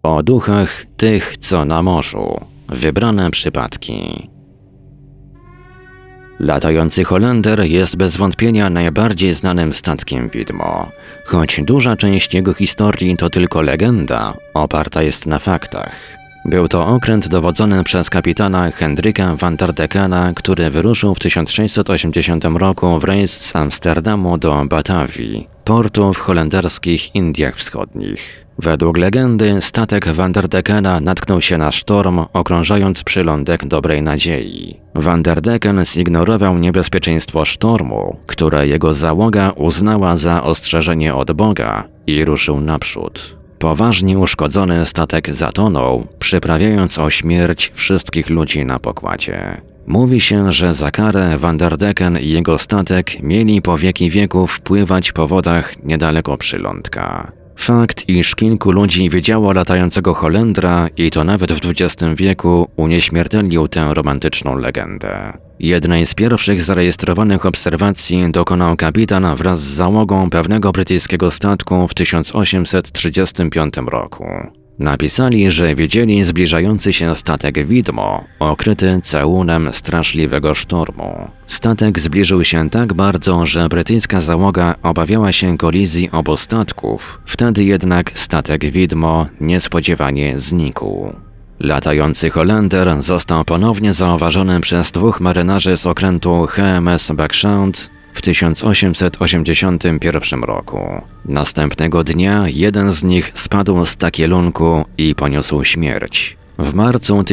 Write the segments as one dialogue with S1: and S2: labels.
S1: O duchach tych, co na morzu. Wybrane przypadki. Latający Holender jest bez wątpienia najbardziej znanym statkiem widmo. Choć duża część jego historii to tylko legenda, oparta jest na faktach. Był to okręt dowodzony przez kapitana Hendrika van der Deckena, który wyruszył w 1680 roku w rejs z Amsterdamu do Batawii, portu w holenderskich Indiach Wschodnich. Według legendy statek van der Deckena natknął się na sztorm, okrążając przylądek Dobrej Nadziei. Van der Decken zignorował niebezpieczeństwo sztormu, które jego załoga uznała za ostrzeżenie od Boga i ruszył naprzód. Poważnie uszkodzony statek zatonął, przyprawiając o śmierć wszystkich ludzi na pokładzie. Mówi się, że za karę Van der Decken i jego statek mieli po wieki wieków pływać po wodach niedaleko przylądka. Fakt, iż kilku ludzi widziało latającego Holendra i to nawet w XX wieku unieśmiertelnił tę romantyczną legendę. Jednej z pierwszych zarejestrowanych obserwacji dokonał kapitan wraz z załogą pewnego brytyjskiego statku w 1835 roku. Napisali, że widzieli zbliżający się statek widmo, okryty całunem straszliwego sztormu. Statek zbliżył się tak bardzo, że brytyjska załoga obawiała się kolizji obu statków. Wtedy jednak statek widmo niespodziewanie znikł. Latający Holender został ponownie zauważony przez dwóch marynarzy z okrętu HMS Buckshot w 1881 roku. Następnego dnia jeden z nich spadł z takielunku i poniósł śmierć. W marcu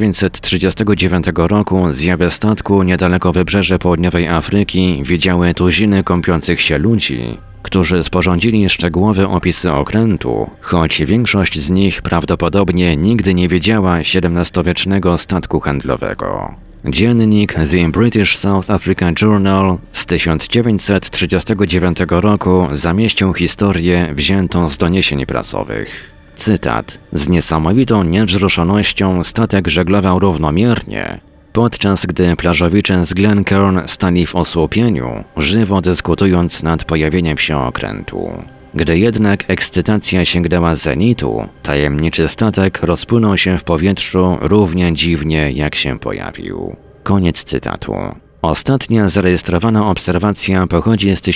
S1: 1939 roku zjawę statku niedaleko wybrzeży południowej Afryki widziały tuziny kąpiących się ludzi, którzy sporządzili szczegółowe opisy okrętu, choć większość z nich prawdopodobnie nigdy nie widziała XVII-wiecznego statku handlowego. Dziennik The British South Africa Journal z 1939 roku zamieścił historię wziętą z doniesień prasowych. Cytat. Z niesamowitą niewzruszonością statek żeglował równomiernie, podczas gdy plażowicze z Glencairn stali w osłupieniu, żywo dyskutując nad pojawieniem się okrętu. Gdy jednak ekscytacja sięgnęła zenitu, tajemniczy statek rozpłynął się w powietrzu równie dziwnie, jak się pojawił. Koniec cytatu. Ostatnia zarejestrowana obserwacja pochodzi z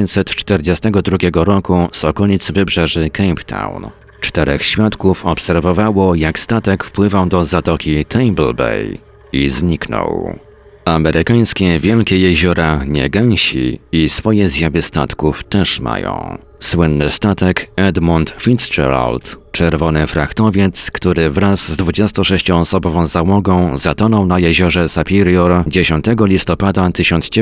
S1: 1942 roku z okolic wybrzeży Cape Town. 4 świadków obserwowało, jak statek wpływał do zatoki Table Bay i zniknął. Amerykańskie wielkie jeziora nie gęsi i swoje zjawy statków też mają. Słynny statek Edmund Fitzgerald, czerwony frachtowiec, który wraz z 26-osobową załogą zatonął na jeziorze Superior 10 listopada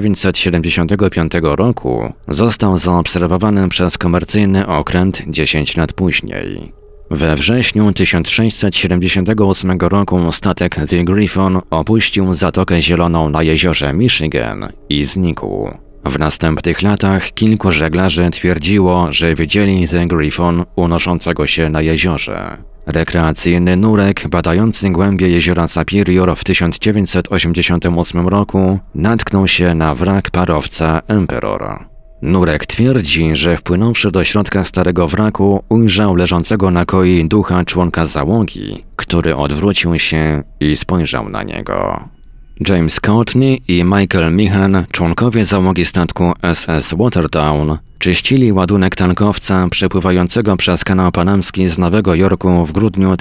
S1: 1975 roku, został zaobserwowany przez komercyjny okręt 10 lat później. We wrześniu 1678 roku statek The Griffon opuścił Zatokę Zieloną na jeziorze Michigan i znikł. W następnych latach kilku żeglarzy twierdziło, że widzieli The Griffon unoszącego się na jeziorze. Rekreacyjny nurek badający głębie jeziora Superior w 1988 roku natknął się na wrak parowca Emperor. Nurek twierdzi, że wpłynąwszy do środka starego wraku, ujrzał leżącego na koi ducha członka załogi, który odwrócił się i spojrzał na niego. James Courtney i Michael Meehan, członkowie załogi statku SS Watertown, czyścili ładunek tankowca przepływającego przez kanał panamski z Nowego Jorku w grudniu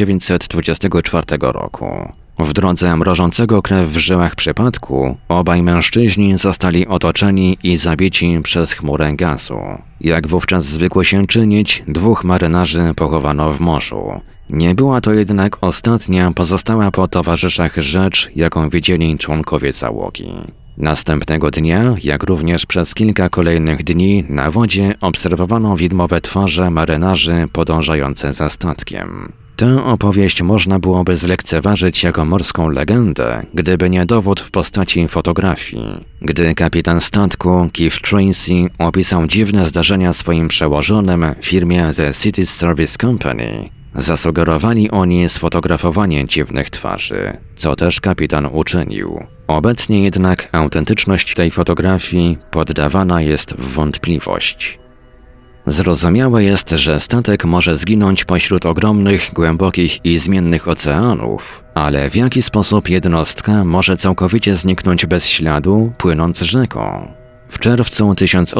S1: 1924 roku. W drodze mrożącego krew w żyłach przypadku obaj mężczyźni zostali otoczeni i zabici przez chmurę gazu. Jak wówczas zwykło się czynić, 2 marynarzy pochowano w morzu. Nie była to jednak ostatnia pozostała po towarzyszach rzecz, jaką widzieli członkowie załogi. Następnego dnia, jak również przez kilka kolejnych dni, na wodzie obserwowano widmowe twarze marynarzy podążające za statkiem. Tę opowieść można byłoby zlekceważyć jako morską legendę, gdyby nie dowód w postaci fotografii. Gdy kapitan statku Keith Tracy opisał dziwne zdarzenia swoim przełożonym w firmie The City Service Company, zasugerowali oni sfotografowanie dziwnych twarzy, co też kapitan uczynił. Obecnie jednak autentyczność tej fotografii poddawana jest w wątpliwość. Zrozumiałe jest, że statek może zginąć pośród ogromnych, głębokich i zmiennych oceanów, ale w jaki sposób jednostka może całkowicie zniknąć bez śladu, płynąc rzeką? W czerwcu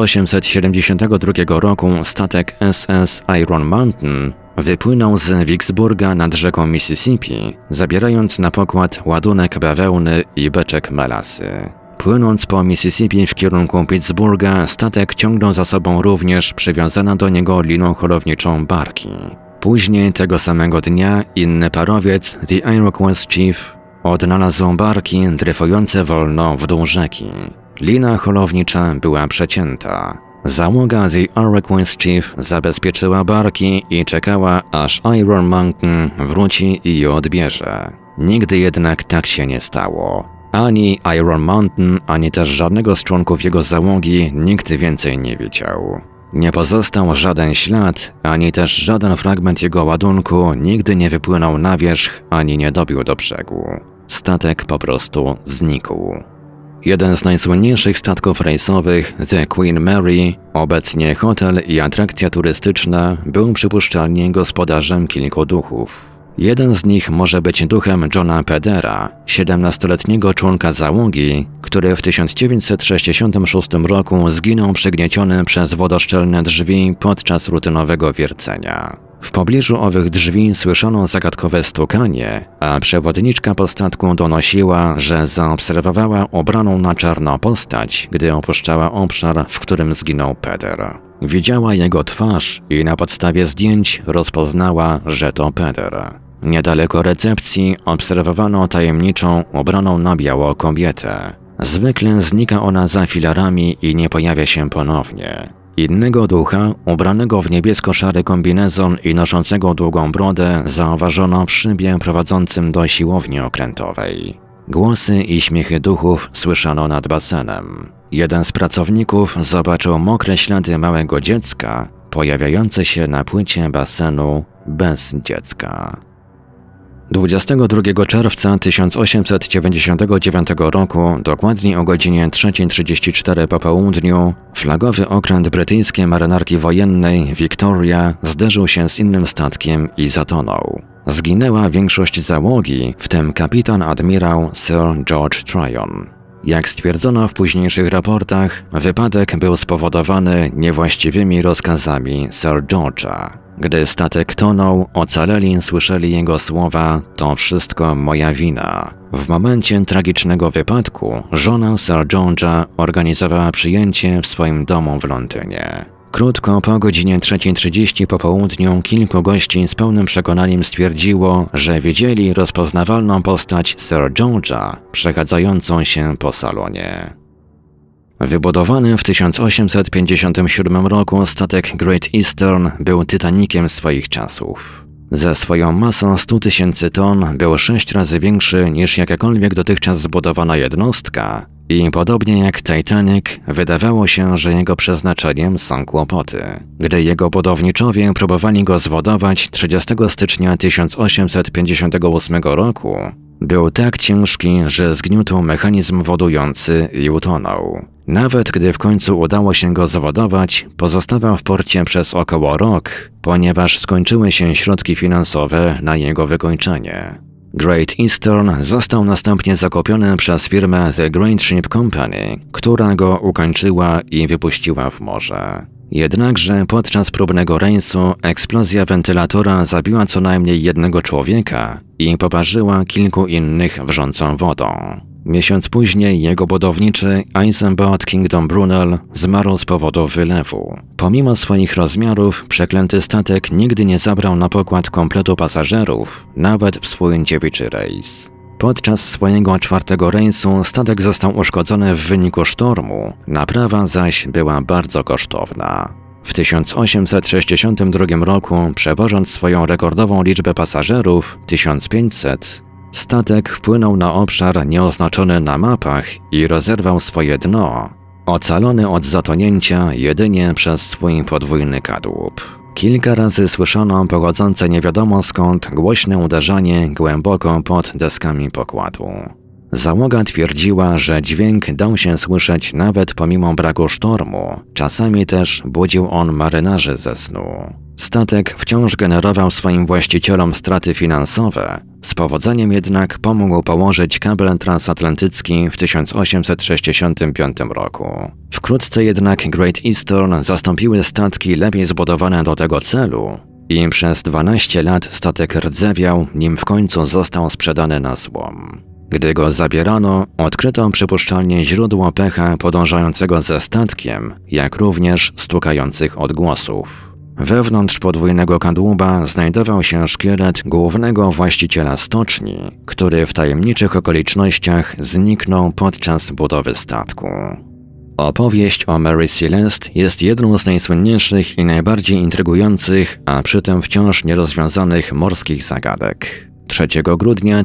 S1: 1872 roku statek SS Iron Mountain wypłynął z Vicksburga nad rzeką Mississippi, zabierając na pokład ładunek bawełny i beczek melasy. Płynąc po Mississippi w kierunku Pittsburgha, statek ciągnął za sobą również przywiązane do niego liną holowniczą barki. Później tego samego dnia inny parowiec, The Iroquois Chief, odnalazł barki dryfujące wolno w dół rzeki. Lina holownicza była przecięta. Załoga The Iroquois Chief zabezpieczyła barki i czekała, aż Iron Mountain wróci i je odbierze. Nigdy jednak tak się nie stało. Ani Iron Mountain, ani też żadnego z członków jego załogi nikt więcej nie widział. Nie pozostał żaden ślad, ani też żaden fragment jego ładunku nigdy nie wypłynął na wierzch, ani nie dobił do brzegu. Statek po prostu znikł. Jeden z najsłynniejszych statków rejsowych, The Queen Mary, obecnie hotel i atrakcja turystyczna, był przypuszczalnie gospodarzem kilku duchów. Jeden z nich może być duchem Johna Pedera, 17-letniego członka załogi, który w 1966 roku zginął przygnieciony przez wodoszczelne drzwi podczas rutynowego wiercenia. W pobliżu owych drzwi słyszano zagadkowe stukanie, a przewodniczka po statku donosiła, że zaobserwowała ubraną na czarno postać, gdy opuszczała obszar, w którym zginął Peder. Widziała jego twarz i na podstawie zdjęć rozpoznała, że to Peder. Niedaleko recepcji obserwowano tajemniczą, ubraną na biało kobietę. Zwykle znika ona za filarami i nie pojawia się ponownie. Innego ducha, ubranego w niebiesko-szary kombinezon i noszącego długą brodę, zauważono w szybie prowadzącym do siłowni okrętowej. Głosy i śmiechy duchów słyszano nad basenem. Jeden z pracowników zobaczył mokre ślady małego dziecka, pojawiające się na płycie basenu bez dziecka. 22 czerwca 1899 roku, dokładnie o godzinie 3:34 po południu, flagowy okręt brytyjskiej marynarki wojennej Victoria zderzył się z innym statkiem i zatonął. Zginęła większość załogi, w tym kapitan admirał Sir George Tryon. Jak stwierdzono w późniejszych raportach, wypadek był spowodowany niewłaściwymi rozkazami Sir George'a. Gdy statek tonął, ocaleli słyszeli jego słowa: „To wszystko moja wina”. W momencie tragicznego wypadku żona Sir George'a organizowała przyjęcie w swoim domu w Londynie. Krótko po godzinie 3:30 po południu kilku gości z pełnym przekonaniem stwierdziło, że widzieli rozpoznawalną postać Sir George'a przechadzającą się po salonie. Wybudowany w 1857 roku statek Great Eastern był Titanikiem swoich czasów. Ze swoją masą 100 000 ton był 6 razy większy niż jakakolwiek dotychczas zbudowana jednostka i podobnie jak Titanic, wydawało się, że jego przeznaczeniem są kłopoty. Gdy jego budowniczowie próbowali go zwodować 30 stycznia 1858 roku, był tak ciężki, że zgniótł mechanizm wodujący i utonął. Nawet gdy w końcu udało się go zawodować, pozostawał w porcie przez około rok, ponieważ skończyły się środki finansowe na jego wykończenie. Great Eastern został następnie zakupiony przez firmę The Great Ship Company, która go ukończyła i wypuściła w morze. Jednakże podczas próbnego rejsu eksplozja wentylatora zabiła co najmniej jednego człowieka i poparzyła kilku innych wrzącą wodą. Miesiąc później jego budowniczy Eisenbahn Kingdom Brunel zmarł z powodu wylewu. Pomimo swoich rozmiarów, przeklęty statek nigdy nie zabrał na pokład kompletu pasażerów, nawet w swój dziewiczy rejs. Podczas swojego 4. rejsu statek został uszkodzony w wyniku sztormu, naprawa zaś była bardzo kosztowna. W 1862 roku, przewożąc swoją rekordową liczbę pasażerów, 1500, statek wpłynął na obszar nieoznaczony na mapach i rozerwał swoje dno, ocalony od zatonięcia jedynie przez swój podwójny kadłub. Kilka razy słyszano pochodzące nie wiadomo skąd głośne uderzanie głęboko pod deskami pokładu. Załoga twierdziła, że dźwięk dał się słyszeć nawet pomimo braku sztormu, czasami też budził on marynarzy ze snu. Statek wciąż generował swoim właścicielom straty finansowe, z powodzeniem jednak pomógł położyć kabel transatlantycki w 1865 roku. Wkrótce jednak Great Eastern zastąpiły statki lepiej zbudowane do tego celu i przez 12 lat statek rdzewiał, nim w końcu został sprzedany na złom. Gdy go zabierano, odkryto przypuszczalnie źródło pecha podążającego ze statkiem, jak również stukających odgłosów. Wewnątrz podwójnego kadłuba znajdował się szkielet głównego właściciela stoczni, który w tajemniczych okolicznościach zniknął podczas budowy statku. Opowieść o Mary Celeste jest jedną z najsłynniejszych i najbardziej intrygujących, a przy tym wciąż nierozwiązanych morskich zagadek. 3 grudnia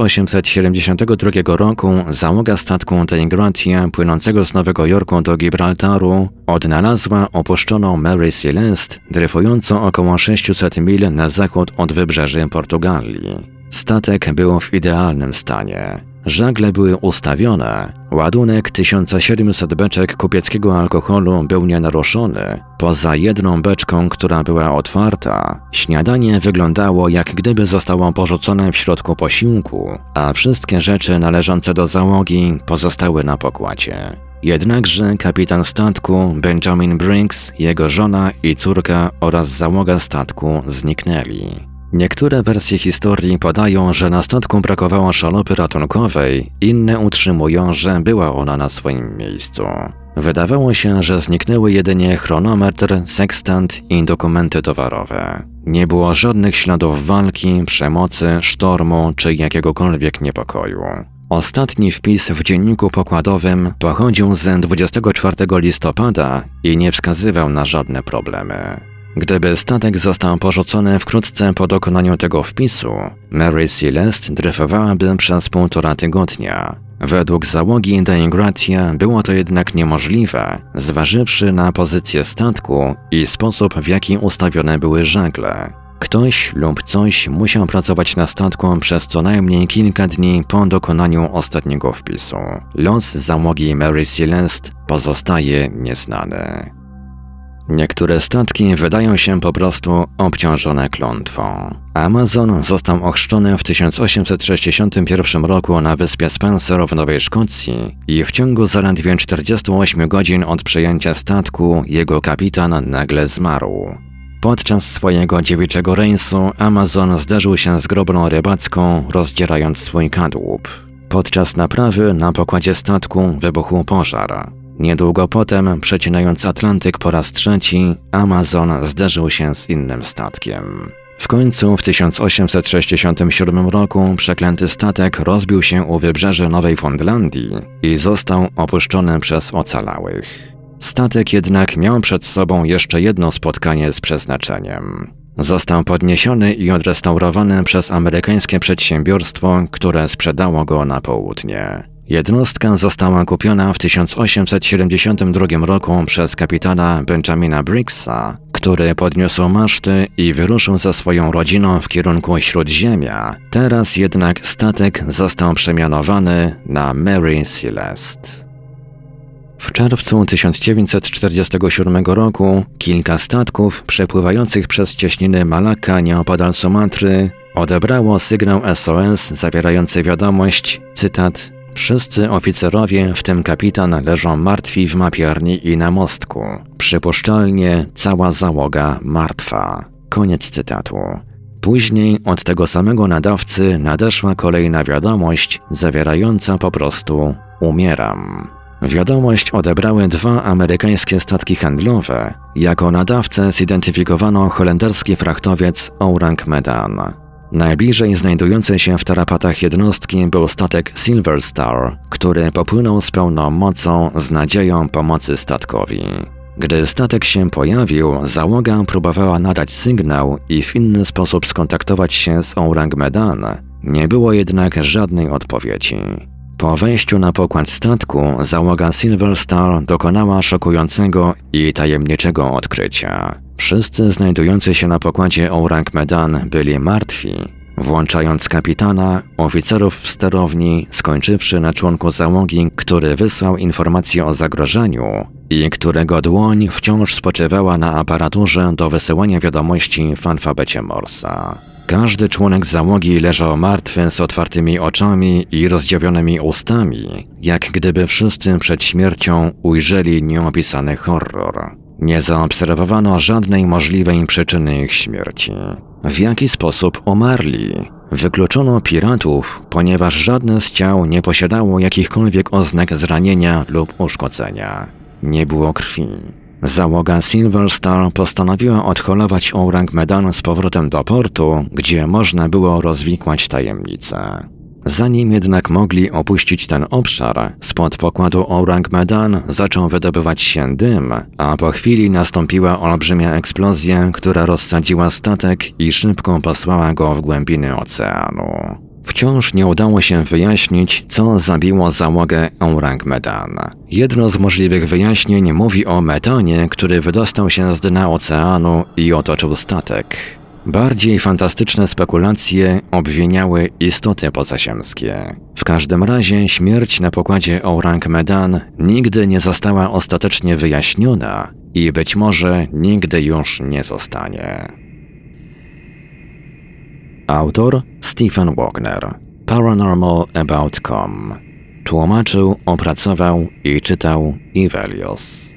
S1: 1872 roku załoga statku Dei Gratia płynącego z Nowego Jorku do Gibraltaru odnalazła opuszczoną Mary Celeste dryfującą około 600 mil na zachód od wybrzeży Portugalii. Statek był w idealnym stanie. Żagle były ustawione, ładunek 1700 beczek kupieckiego alkoholu był nienaruszony, poza jedną beczką, która była otwarta. Śniadanie wyglądało, jak gdyby zostało porzucone w środku posiłku, a wszystkie rzeczy należące do załogi pozostały na pokładzie. Jednakże kapitan statku Benjamin Briggs, jego żona i córka oraz załoga statku zniknęli. Niektóre wersje historii podają, że na statku brakowało szalupy ratunkowej, inne utrzymują, że była ona na swoim miejscu. Wydawało się, że zniknęły jedynie chronometr, sekstant i dokumenty towarowe. Nie było żadnych śladów walki, przemocy, sztormu czy jakiegokolwiek niepokoju. Ostatni wpis w dzienniku pokładowym pochodził z 24 listopada i nie wskazywał na żadne problemy. Gdyby statek został porzucony wkrótce po dokonaniu tego wpisu, Mary Celeste dryfowałaby przez 1,5 tygodnia. Według załogi Dei Gratia było to jednak niemożliwe, zważywszy na pozycję statku i sposób, w jaki ustawione były żagle. Ktoś lub coś musiał pracować na statku przez co najmniej kilka dni po dokonaniu ostatniego wpisu. Los załogi Mary Celeste pozostaje nieznany. Niektóre statki wydają się po prostu obciążone klątwą. Amazon został ochrzczony w 1861 roku na wyspie Spencer w Nowej Szkocji i w ciągu zaledwie 48 godzin od przejęcia statku jego kapitan nagle zmarł. Podczas swojego dziewiczego rejsu Amazon zderzył się z groblą rybacką, rozdzierając swój kadłub. Podczas naprawy na pokładzie statku wybuchł pożar. Niedługo potem, przecinając Atlantyk po raz trzeci, Amazon zderzył się z innym statkiem. W końcu w 1867 roku przeklęty statek rozbił się u wybrzeży Nowej Fundlandii i został opuszczony przez ocalałych. Statek jednak miał przed sobą jeszcze jedno spotkanie z przeznaczeniem. Został podniesiony i odrestaurowany przez amerykańskie przedsiębiorstwo, które sprzedało go na południe. Jednostka została kupiona w 1872 roku przez kapitana Benjamina Briggsa, który podniósł maszty i wyruszył ze swoją rodziną w kierunku Śródziemia. Teraz jednak statek został przemianowany na Mary Celeste. W czerwcu 1947 roku kilka statków przepływających przez cieśniny Malakka nieopodal Sumatry odebrało sygnał SOS zawierający wiadomość, cytat: „Wszyscy oficerowie, w tym kapitan, leżą martwi w mapierni i na mostku. Przypuszczalnie cała załoga martwa”. Koniec cytatu. Później od tego samego nadawcy nadeszła kolejna wiadomość zawierająca po prostu „umieram”. Wiadomość odebrały 2 amerykańskie statki handlowe. Jako nadawcę zidentyfikowano holenderski frachtowiec Orang Medan. Najbliżej znajdującej się w tarapatach jednostki był statek Silver Star, który popłynął z pełną mocą z nadzieją pomocy statkowi. Gdy statek się pojawił, załoga próbowała nadać sygnał i w inny sposób skontaktować się z Orang Medan. Nie było jednak żadnej odpowiedzi. Po wejściu na pokład statku załoga Silver Star dokonała szokującego i tajemniczego odkrycia. Wszyscy znajdujący się na pokładzie Orang Medan byli martwi. włączając kapitana, oficerów w sterowni, skończywszy na członku załogi, który wysłał informację o zagrożeniu i którego dłoń wciąż spoczywała na aparaturze do wysyłania wiadomości w alfabecie Morsa. Każdy członek załogi leżał martwy z otwartymi oczami i rozdziawionymi ustami, jak gdyby wszyscy przed śmiercią ujrzeli nieopisany horror. Nie zaobserwowano żadnej możliwej przyczyny ich śmierci. W jaki sposób umarli? Wykluczono piratów, ponieważ żadne z ciał nie posiadało jakichkolwiek oznak zranienia lub uszkodzenia. Nie było krwi. Załoga Silver Star postanowiła odholować Ourang Medan z powrotem do portu, gdzie można było rozwikłać tajemnicę. Zanim jednak mogli opuścić ten obszar, spod pokładu Ourang Medan zaczął wydobywać się dym, a po chwili nastąpiła olbrzymia eksplozja, która rozsadziła statek i szybko posłała go w głębiny oceanu. Wciąż nie udało się wyjaśnić, co zabiło załogę Ourang Medan. Jedno z możliwych wyjaśnień mówi o metanie, który wydostał się z dna oceanu i otoczył statek. Bardziej fantastyczne spekulacje obwiniały istoty pozaziemskie. W każdym razie śmierć na pokładzie Ourang Medan nigdy nie została ostatecznie wyjaśniona i być może nigdy już nie zostanie. Autor Stephen Wagner, Paranormal About.com. Tłumaczył, opracował i czytał Ivelios.